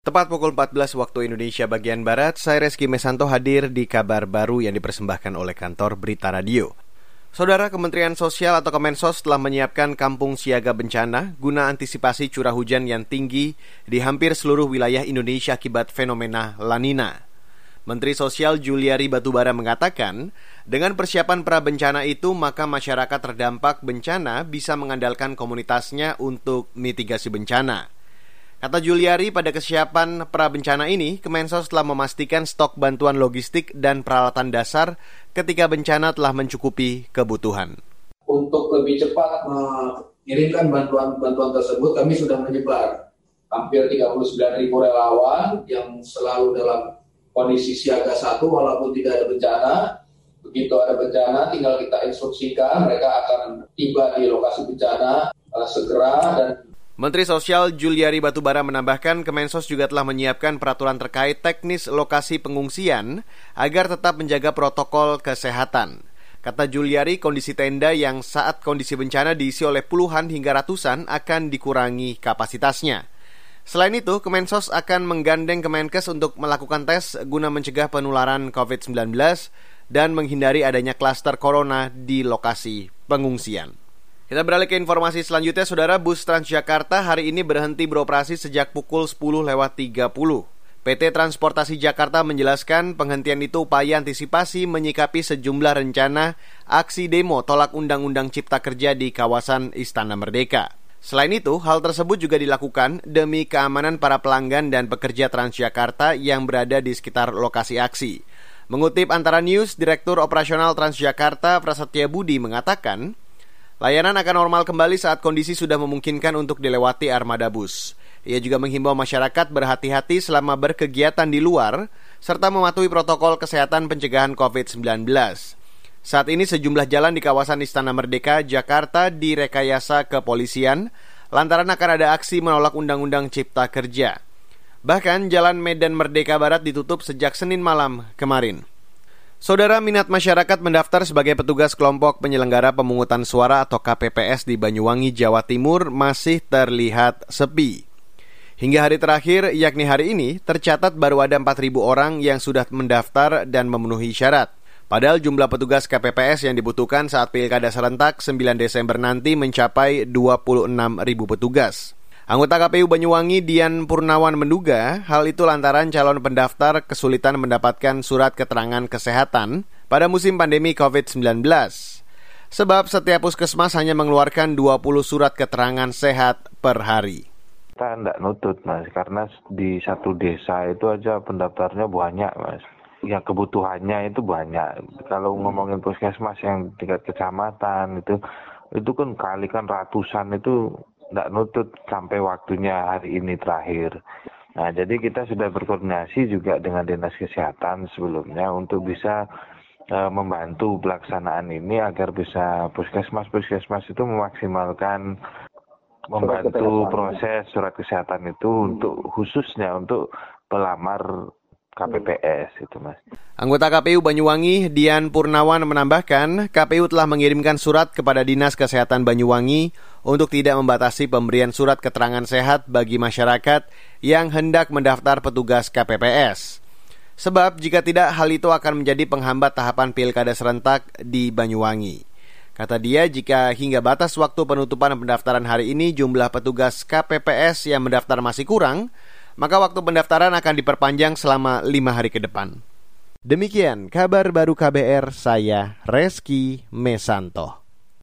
Tepat pukul 14 waktu Indonesia bagian Barat, saya Reski Mesanto hadir di kabar baru yang dipersembahkan oleh kantor Berita Radio. Saudara, Kementerian Sosial atau Kemensos telah menyiapkan kampung siaga bencana guna antisipasi curah hujan yang tinggi di hampir seluruh wilayah Indonesia akibat fenomena La Nina. Menteri Sosial Juliari Batubara mengatakan, dengan persiapan pra-bencana itu maka masyarakat terdampak bencana bisa mengandalkan komunitasnya untuk mitigasi bencana. Kata Juliari, pada kesiapan pra-bencana ini, Kemensos telah memastikan stok bantuan logistik dan peralatan dasar ketika bencana telah mencukupi kebutuhan. Untuk lebih cepat mengirimkan bantuan tersebut, kami sudah menyebar hampir 39.000 relawan yang selalu dalam kondisi siaga 1 walaupun tidak ada bencana. Begitu ada bencana, tinggal kita instruksikan, mereka akan tiba di lokasi bencana segera. Dan Menteri Sosial Juliari Batubara menambahkan, Kemensos juga telah menyiapkan peraturan terkait teknis lokasi pengungsian agar tetap menjaga protokol kesehatan. Kata Juliari, kondisi tenda yang saat kondisi bencana diisi oleh puluhan hingga ratusan akan dikurangi kapasitasnya. Selain itu, Kemensos akan menggandeng Kemenkes untuk melakukan tes guna mencegah penularan COVID-19 dan menghindari adanya klaster corona di lokasi pengungsian. Kita beralih ke informasi selanjutnya, Saudara. Bus Transjakarta hari ini berhenti beroperasi sejak pukul 10.30. PT Transportasi Jakarta menjelaskan penghentian itu upaya antisipasi menyikapi sejumlah rencana aksi demo tolak Undang-Undang Cipta Kerja di kawasan Istana Merdeka. Selain itu, hal tersebut juga dilakukan demi keamanan para pelanggan dan pekerja Transjakarta yang berada di sekitar lokasi aksi. Mengutip Antara News, Direktur Operasional Transjakarta Prasetya Budi mengatakan, layanan akan normal kembali saat kondisi sudah memungkinkan untuk dilewati armada bus. Ia juga menghimbau masyarakat berhati-hati selama berkegiatan di luar, serta mematuhi protokol kesehatan pencegahan COVID-19. Saat ini sejumlah jalan di kawasan Istana Merdeka, Jakarta direkayasa kepolisian, lantaran akan ada aksi menolak Undang-Undang Cipta Kerja. Bahkan Jalan Medan Merdeka Barat ditutup sejak Senin malam kemarin. Saudara, minat masyarakat mendaftar sebagai petugas kelompok penyelenggara pemungutan suara atau KPPS di Banyuwangi, Jawa Timur masih terlihat sepi. Hingga hari terakhir, yakni hari ini, tercatat baru ada 4.000 orang yang sudah mendaftar dan memenuhi syarat. Padahal jumlah petugas KPPS yang dibutuhkan saat pilkada serentak 9 Desember nanti mencapai 26.000 petugas. Anggota KPU Banyuwangi Dian Purnawan menduga hal itu lantaran calon pendaftar kesulitan mendapatkan surat keterangan kesehatan pada musim pandemi COVID-19. Sebab setiap puskesmas hanya mengeluarkan 20 surat keterangan sehat per hari. Kita tidak nutut, Mas, karena di satu desa itu aja pendaftarnya banyak, Mas. Yang kebutuhannya itu banyak. Kalau ngomongin puskesmas yang tingkat kecamatan itu kan kali kan ratusan itu tidak nutut sampai waktunya hari ini terakhir. Nah, jadi kita sudah berkoordinasi juga dengan Dinas Kesehatan sebelumnya untuk bisa membantu pelaksanaan ini agar bisa puskesmas itu memaksimalkan membantu proses surat kesehatan itu untuk khususnya untuk pelamar KPPS itu, Mas. Anggota KPU Banyuwangi Dian Purnawan menambahkan, KPU telah mengirimkan surat kepada Dinas Kesehatan Banyuwangi untuk tidak membatasi pemberian surat keterangan sehat bagi masyarakat yang hendak mendaftar petugas KPPS. Sebab jika tidak, hal itu akan menjadi penghambat tahapan pilkada serentak di Banyuwangi. Kata dia, jika hingga batas waktu penutupan pendaftaran hari ini jumlah petugas KPPS yang mendaftar masih kurang, maka waktu pendaftaran akan diperpanjang selama 5 hari ke depan. Demikian kabar baru KBR, saya Reski Mesanto.